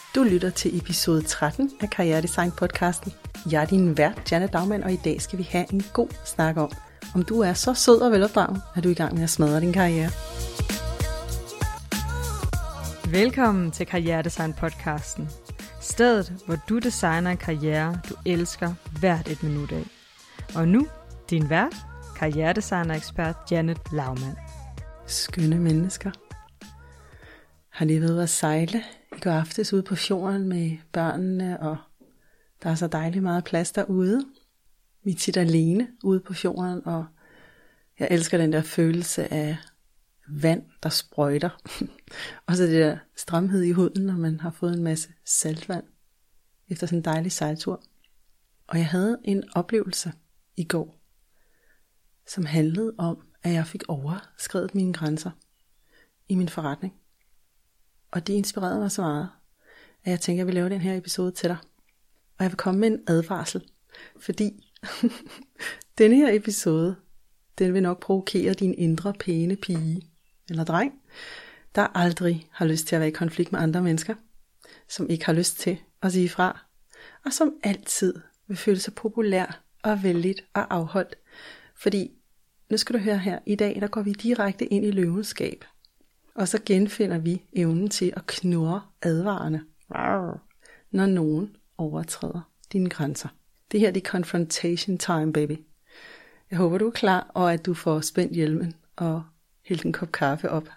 Du lytter til episode 13 af Karrieredesign podcasten. Jeg er din vært, Janet Daumann, og i dag skal vi have en god snak om du er så sød og velopdragen, at du er i gang med at smadre din karriere. Velkommen til Karrieredesign podcasten. Stedet, hvor du designer en karriere, du elsker hvert et minut af. Og nu, din vært, karrieredesigner-ekspert Janet Daumann. Skønne mennesker. Har lige været at sejle i går aftes ude på fjorden med børnene, og der er så dejligt meget plads derude. Vi er tit alene ude på fjorden, og jeg elsker den der følelse af vand, der sprøjter. Og så det der stramhed i huden, når man har fået en masse saltvand efter sådan en dejlig sejltur. Og jeg havde en oplevelse i går, som handlede om, at jeg fik overskredet mine grænser i min forretning. Og det inspirerede mig så meget, at jeg tænker, at jeg vil lave den her episode til dig. Og jeg vil komme med en advarsel, fordi denne her episode, den vil nok provokere din indre pæne pige eller dreng, der aldrig har lyst til at være i konflikt med andre mennesker, som ikke har lyst til at sige fra, og som altid vil føle sig populær og vældigt og afholdt. Fordi, nu skal du høre her, i dag der går vi direkte ind i løvens skab. Og så genfinder vi evnen til at knurre advarende, når nogen overtræder dine grænser. Det her det er confrontation time, baby. Jeg håber, du er klar, og at du får spændt hjelmen og hældt en kop kaffe op.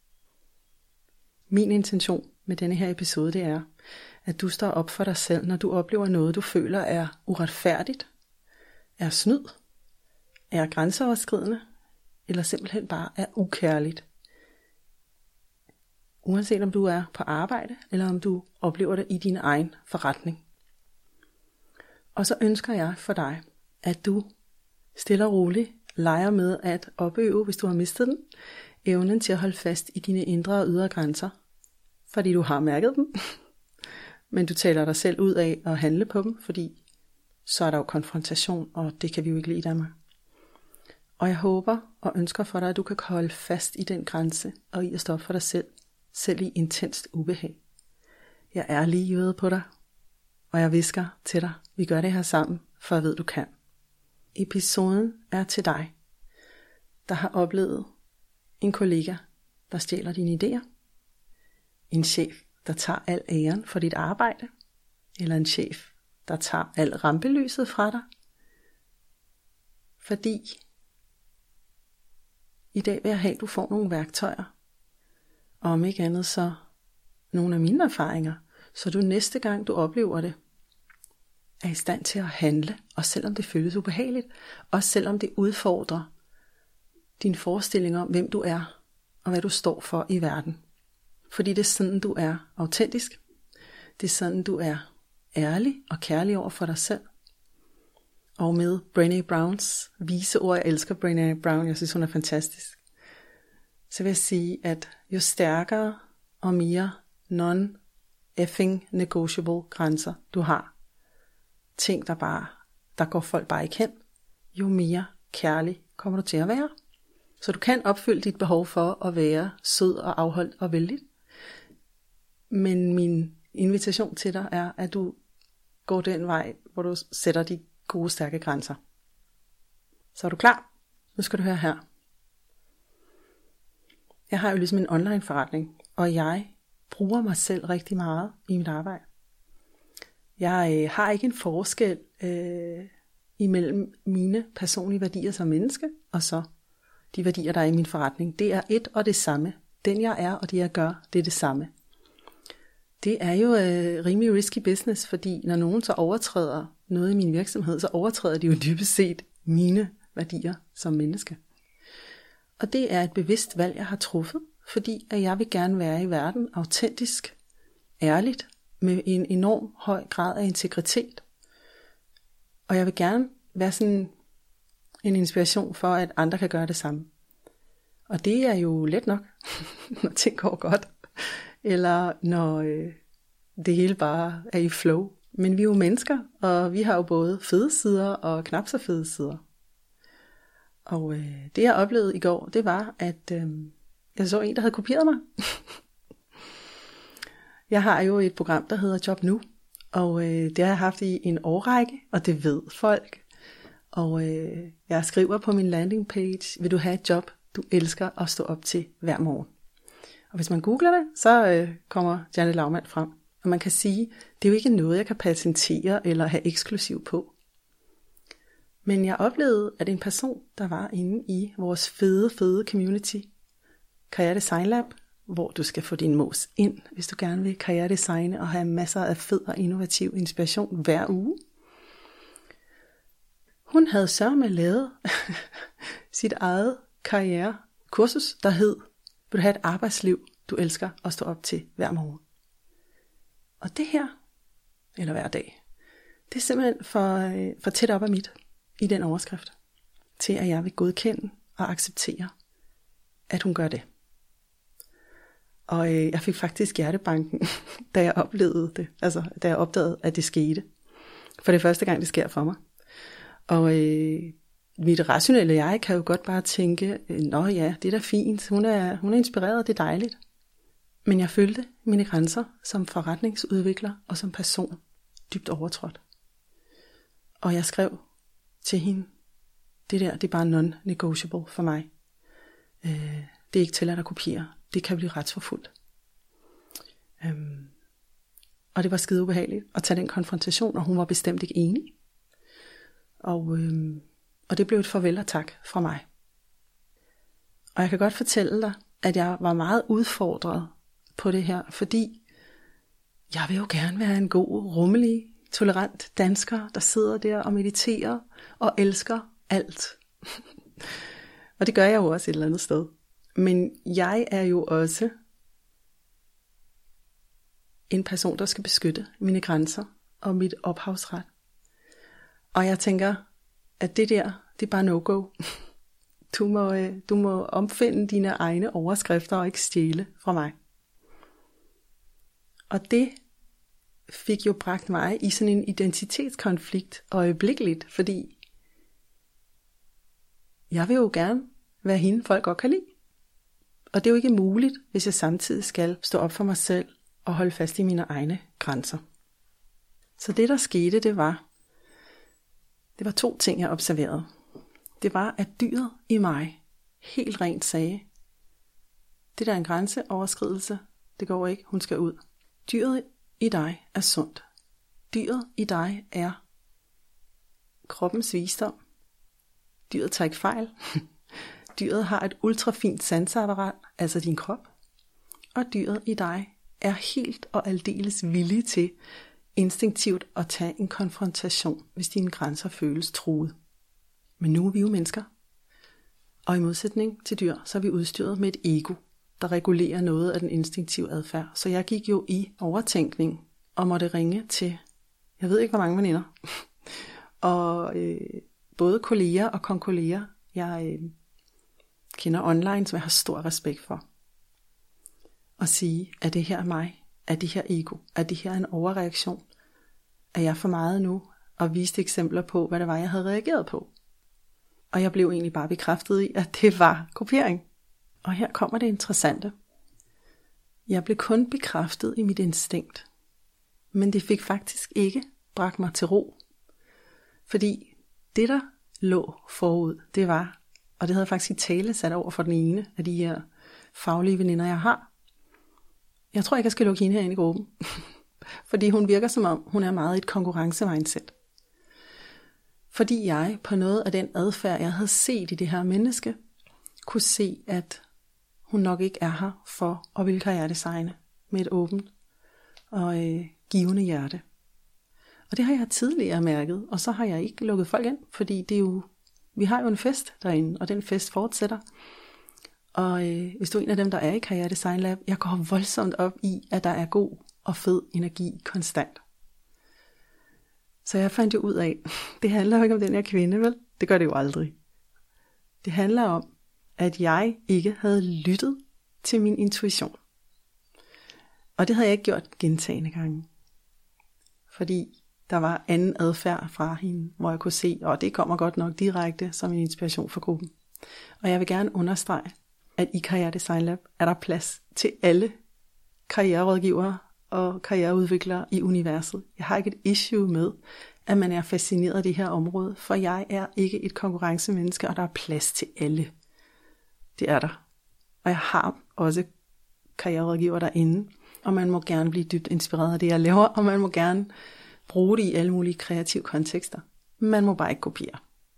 Min intention med denne her episode, det er, at du står op for dig selv, når du oplever noget, du føler er uretfærdigt, er snyd, er grænseoverskridende, eller simpelthen bare er ukærligt. Uanset om du er på arbejde, eller om du oplever det i din egen forretning. Og så ønsker jeg for dig, at du stille og roligt leger med at opøve, hvis du har mistet den, evnen til at holde fast i dine indre og ydre grænser, fordi du har mærket dem, men du taler dig selv ud af at handle på dem, fordi så er der jo konfrontation, og det kan vi jo ikke lide i Danmark. Og jeg håber og ønsker for dig, at du kan holde fast i den grænse, og i at stoppe for dig selv i intenst ubehag. Jeg er lige i øret på dig, og jeg hvisker til dig, vi gør det her sammen, for jeg ved du kan. Episoden er til dig, der har oplevet en kollega, der stjæler dine idéer, en chef, der tager al æren for dit arbejde, eller en chef, der tager al rampelyset fra dig. Fordi i dag vil jeg have, at du får nogle værktøjer, og om ikke andet så nogle af mine erfaringer, så du næste gang du oplever det, er i stand til at handle, og selvom det føles ubehageligt, og selvom det udfordrer din forestilling om, hvem du er, og hvad du står for i verden. Fordi det er sådan, du er autentisk. Det er sådan, du er ærlig og kærlig over for dig selv. Og med Brené Browns vise ord, jeg elsker Brené Brown, jeg synes hun er fantastisk, så vil jeg sige, at jo stærkere og mere non-effing negotiable grænser du har, ting der går folk bare ikke hen, jo mere kærlig kommer du til at være. Så du kan opfylde dit behov for at være sød og afholdt og vældigt. Men min invitation til dig er, at du går den vej, hvor du sætter de gode, stærke grænser. Så er du klar? Nu skal du høre her. Jeg har jo ligesom en online forretning, og jeg bruger mig selv rigtig meget i mit arbejde. Jeg har ikke en forskel imellem mine personlige værdier som menneske, og så de værdier, der er i min forretning. Det er et og det samme. Den jeg er, og det jeg gør, det er det samme. Det er jo rimelig risky business, fordi når nogen så overtræder noget i min virksomhed, så overtræder de jo dybest set mine værdier som menneske. Og det er et bevidst valg, jeg har truffet, fordi at jeg vil gerne være i verden autentisk, ærligt, med en enorm høj grad af integritet. Og jeg vil gerne være sådan en inspiration for, at andre kan gøre det samme. Og det er jo let nok, når ting går godt, eller når det hele bare er i flow. Men vi er jo mennesker, og vi har jo både fede sider og knap så fede sider. Og det jeg oplevede i går, det var, at jeg så en, der havde kopieret mig. Jeg har jo et program, der hedder Job Nu, og det har jeg haft i en årrække, og det ved folk. Og jeg skriver på min landing page, vil du have et job, du elsker at stå op til hver morgen. Og hvis man googler det, så kommer Janne Laumann frem. Og man kan sige, det er jo ikke noget, jeg kan patentere eller have eksklusiv på. Men jeg oplevede, at en person, der var inde i vores fede community, Karriere Design Lab, hvor du skal få din mås ind, hvis du gerne vil karrieredesigne og have masser af fed og innovativ inspiration hver uge. Hun havde sørme lavet sit eget karrierekursus, der hed, vil du have et arbejdsliv, du elsker at stå op til hver morgen. Og det her, eller hver dag, det er simpelthen for tæt op af mit i den overskrift, til at jeg vil godkende og acceptere, at hun gør det. Og jeg fik faktisk hjertebanken, da jeg oplevede det, altså da jeg opdagede, at det skete. For det er første gang, det sker for mig. Og mit rationelle jeg kan jo godt bare tænke, nå ja, det er da fint, hun er inspireret, det er dejligt. Men jeg følte mine grænser som forretningsudvikler og som person dybt overtrådt. Og jeg skrev til hende, det er bare non-negotiable for mig. Det er ikke tilladt at kopiere. Det kan blive retsforfulgt. Og det var skide ubehageligt at tage den konfrontation, og hun var bestemt ikke enig. Og det blev et farvel og tak fra mig. Og jeg kan godt fortælle dig, at jeg var meget udfordret på det her, fordi jeg vil jo gerne være en god, rummelig, tolerant dansker, der sidder der og mediterer og elsker alt. Og det gør jeg jo også et eller andet sted. Men jeg er jo også en person, der skal beskytte mine grænser og mit ophavsret. Og jeg tænker, at det er bare no-go. Du må omfinde dine egne overskrifter og ikke stjæle fra mig. Og det fik jo bragt mig i sådan en identitetskonflikt øjeblikkeligt, fordi jeg vil jo gerne være hende, folk godt kan lide. Og det er jo ikke muligt, hvis jeg samtidig skal stå op for mig selv og holde fast i mine egne grænser. Så det der skete, det var 2 ting, jeg observerede. Det var, at dyret i mig helt rent sagde, det der er en grænseoverskridelse, det går ikke, hun skal ud. Dyret i dig er sundt. Dyret i dig er kroppens visdom. Dyret tager ikke fejl. Dyret har et ultrafint sanseapparat, altså din krop. Og dyret i dig er helt og aldeles villig til instinktivt at tage en konfrontation, hvis dine grænser føles truet. Men nu er vi jo mennesker. Og i modsætning til dyr, så er vi udstyret med et ego, der regulerer noget af den instinktive adfærd. Så jeg gik jo i overtænkning og måtte ringe til, jeg ved ikke hvor mange veninder, og både kolleger og konkolleger, jeg kender online, som jeg har stor respekt for. Og sige, er det her mig? Er det her ego? Er det her en overreaktion? Er jeg for meget nu? Og viste eksempler på, hvad det var, jeg havde reageret på. Og jeg blev egentlig bare bekræftet i, at det var kopiering. Og her kommer det interessante. Jeg blev kun bekræftet i mit instinkt. Men det fik faktisk ikke bragt mig til ro. Fordi det, der lå forud, det var, og det havde jeg faktisk i tale sat over for den ene af de her faglige veninder, jeg har. Jeg tror ikke, jeg skal lukke hende herinde i gruppen. Fordi hun virker som om, hun er meget i et konkurrencemindset. Fordi jeg på noget af den adfærd, jeg havde set i det her menneske, kunne se, at hun nok ikke er her for at ville karrieredesigne med et åbent og givende hjerte. Og det har jeg tidligere mærket, og så har jeg ikke lukket folk ind, fordi det er jo, vi har jo en fest derinde, og den fest fortsætter. Og hvis du er en af dem, der er i Karriere Design Lab, jeg går voldsomt op i, at der er god og fed energi konstant. Så jeg fandt jo ud af, det handler jo ikke om den her kvinde, vel? Det gør det jo aldrig. Det handler om, at jeg ikke havde lyttet til min intuition. Og det havde jeg ikke gjort gentagne gange. Fordi der var anden adfærd fra hende, hvor jeg kunne se, og det kommer godt nok direkte som en inspiration for gruppen. Og jeg vil gerne understrege, at i Karriere Design Lab er der plads til alle karriererådgivere og karriereudvikler i universet. Jeg har ikke et issue med, at man er fascineret af det her område, for jeg er ikke et konkurrencemenneske, og der er plads til alle. Det er der. Og jeg har også karriererådgiver derinde, og man må gerne blive dybt inspireret af det, jeg laver, og man må gerne bruge det i alle mulige kreative kontekster. Man må bare ikke kopiere.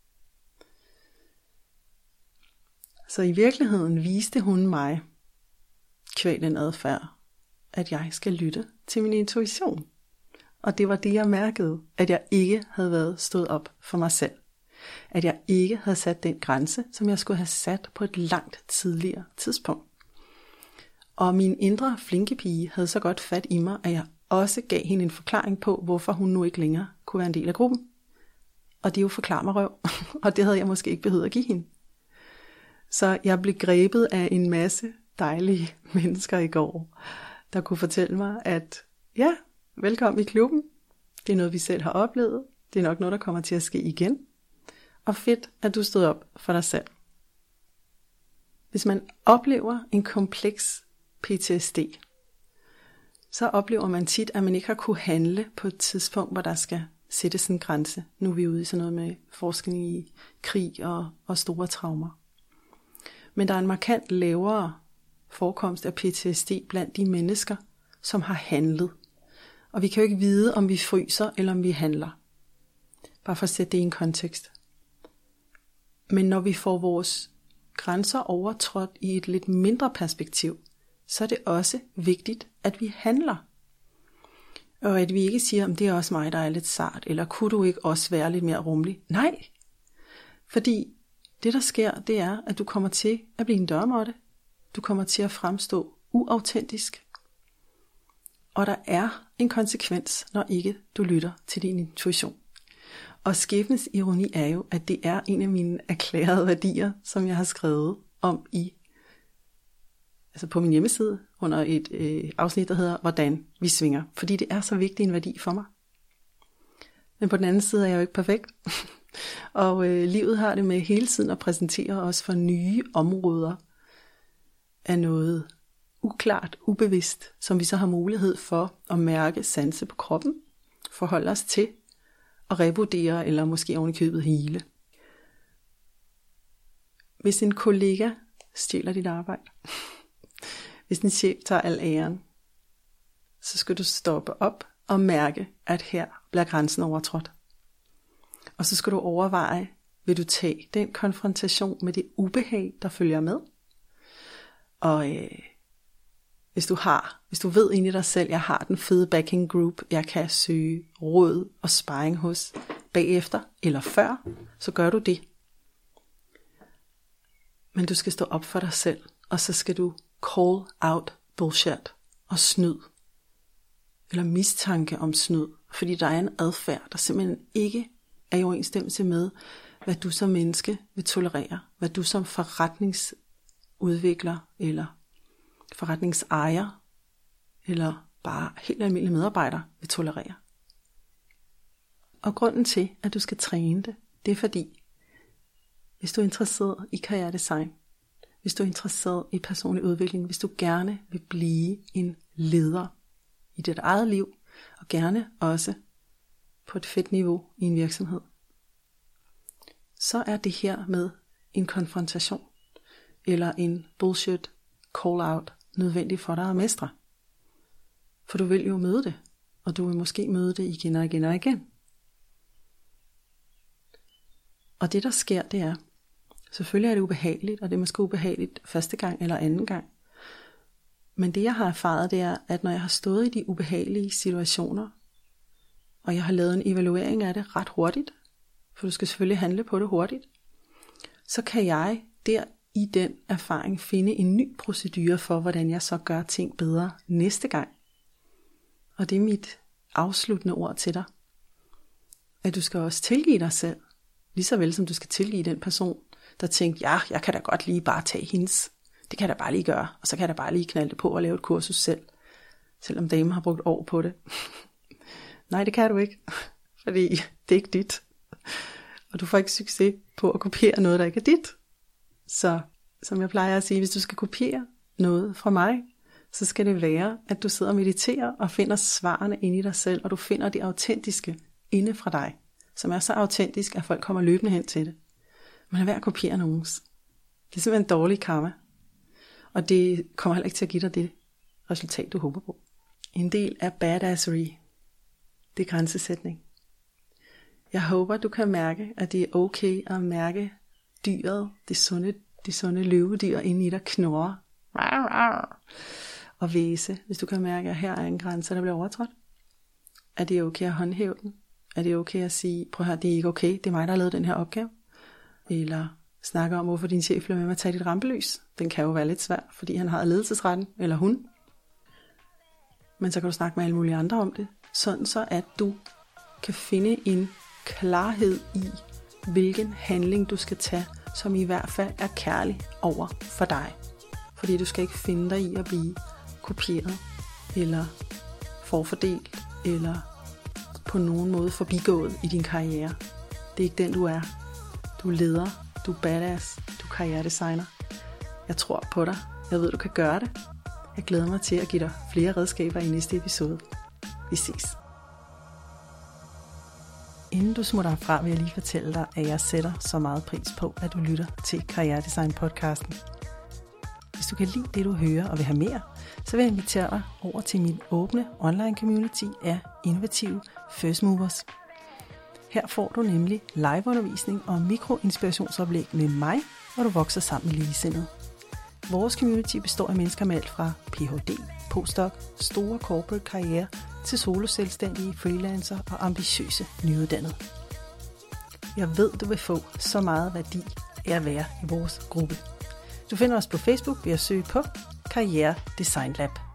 Så i virkeligheden viste hun mig, kvæl den adfærd, at jeg skal lytte til min intuition. Og det var det, jeg mærkede, at jeg ikke havde været stået op for mig selv. At jeg ikke havde sat den grænse, som jeg skulle have sat på et langt tidligere tidspunkt. Og min indre flinke pige havde så godt fat i mig, at jeg også gav hende en forklaring på, hvorfor hun nu ikke længere kunne være en del af gruppen. Og det er jo forklar mig røv, og det havde jeg måske ikke behøvet at give hende. Så jeg blev grebet af en masse dejlige mennesker i går, der kunne fortælle mig, at ja, velkommen i klubben. Det er noget, vi selv har oplevet. Det er nok noget, der kommer til at ske igen. Og fedt, at du stod op for dig selv. Hvis man oplever en kompleks PTSD, så oplever man tit, at man ikke har kunne handle på et tidspunkt, hvor der skal sættes en grænse. Nu er vi ude i sådan noget med forskning i krig og store traumer. Men der er en markant lavere forekomst af PTSD blandt de mennesker, som har handlet. Og vi kan jo ikke vide, om vi fryser eller om vi handler. Bare for at sætte det i en kontekst. Men når vi får vores grænser overtrådt i et lidt mindre perspektiv, så er det også vigtigt, at vi handler. Og at vi ikke siger, om det er også mig, der er lidt sart, eller kunne du ikke også være lidt mere rummelig? Nej, fordi det der sker, det er, at du kommer til at blive en dørmåtte. Du kommer til at fremstå uautentisk. Og der er en konsekvens, når ikke du lytter til din intuition. Og skæbnens ironi er jo, at det er en af mine erklærede værdier, som jeg har skrevet om på min hjemmeside, under et afsnit, der hedder, hvordan vi svinger. Fordi det er så vigtig en værdi for mig. Men på den anden side er jeg jo ikke perfekt. Og livet har det med hele tiden at præsentere os for nye områder af noget uklart, ubevidst, som vi så har mulighed for at mærke, sanse på kroppen, forholde os til, og revurdere, eller måske oven i købet hele. Hvis en kollega stjæler dit arbejde, hvis en chef tager al æren, så skal du stoppe op og mærke, at her bliver grænsen overtrådt. Og så skal du overveje, vil du tage den konfrontation med det ubehag, der følger med? Og hvis du ved inde i dig selv, jeg har den fede backing group, jeg kan søge råd og sparring hos bagefter eller før, så gør du det. Men du skal stå op for dig selv, og så skal du call out bullshit og snyd. Eller mistanke om snyd, fordi der er en adfærd, der simpelthen ikke er i overensstemmelse med, hvad du som menneske vil tolerere, hvad du som forretningsudvikler, eller forretningsejer, eller bare helt almindelig medarbejder vil tolerere. Og grunden til, at du skal træne det, det er fordi, hvis du er interesseret i karrieredesign, hvis du er interesseret i personlig udvikling, hvis du gerne vil blive en leder i dit eget liv, og gerne også på et fedt niveau i en virksomhed, så er det her med en konfrontation, eller en bullshit call-out, nødvendigt for dig at mestre. For du vil jo møde det, og du vil måske møde det igen og igen og igen. Og det der sker, det er, selvfølgelig er det ubehageligt, og det er måske ubehageligt første gang eller anden gang. Men det jeg har erfaret, det er, at når jeg har stået i de ubehagelige situationer, og jeg har lavet en evaluering af det ret hurtigt, for du skal selvfølgelig handle på det hurtigt, så kan jeg der i den erfaring finde en ny procedure for, hvordan jeg så gør ting bedre næste gang. Og det er mit afsluttende ord til dig. At du skal også tilgive dig selv, lige så vel som du skal tilgive den person, der tænkte, ja, jeg kan da godt lige bare tage hendes. Det kan jeg da bare lige gøre, og så kan jeg da bare lige knalde det på og lave et kursus selv. Selvom damen har brugt år på det. Nej, det kan du ikke, fordi det er ikke dit. Og du får ikke succes på at kopiere noget, der ikke er dit. Så som jeg plejer at sige, hvis du skal kopiere noget fra mig, så skal det være, at du sidder og mediterer og finder svarene inde i dig selv, og du finder det autentiske inde fra dig, som er så autentisk, at folk kommer løbende hen til det. Man er ved at kopiere nogens. Det er simpelthen en dårlig karma, og det kommer heller ikke til at give dig det resultat, du håber på. En del af badassery, det er grænsesætning. Jeg håber, du kan mærke, at det er okay at mærke dyret, det sunde løvedyr inde i dig knurre og væse, hvis du kan mærke, at her er en grænse, der bliver overtrådt. Er det okay at håndhæve den? Er det okay at sige, prøv at høre, det er ikke okay, det er mig, der har lavet den her opgave? Eller snakke om, hvorfor din chef bliver med at tage dit rampelys. Den kan jo være lidt svær, fordi han har ledelsesretten, eller hun. Men så kan du snakke med alle mulige andre om det, sådan så at du kan finde en klarhed i, hvilken handling du skal tage, som i hvert fald er kærlig over for dig. Fordi du skal ikke finde dig i at blive kopieret, eller forfordelt, eller på nogen måde forbigået i din karriere. Det er ikke den, du er. Du er leder, du er badass, du er karrieredesigner. Jeg tror på dig. Jeg ved, du kan gøre det. Jeg glæder mig til at give dig flere redskaber i næste episode. Vi ses. Inden du smutter herfra, vil jeg lige fortælle dig, at jeg sætter så meget pris på, at du lytter til Karrieredesign-podcasten. Hvis du kan lide det, du hører og vil have mere, så vil jeg invitere dig over til min åbne online community af innovative first movers. Her får du nemlig liveundervisning og mikroinspirationsoplæg med mig, hvor du vokser sammen med ligesindede. Vores community består af mennesker med alt fra Ph.D., postdoc, store corporate karriere til soloselvstændige, freelancer og ambitiøse nyuddannede. Jeg ved, du vil få så meget værdi af at være i vores gruppe. Du finder os på Facebook ved at søge på Karriere Design Lab.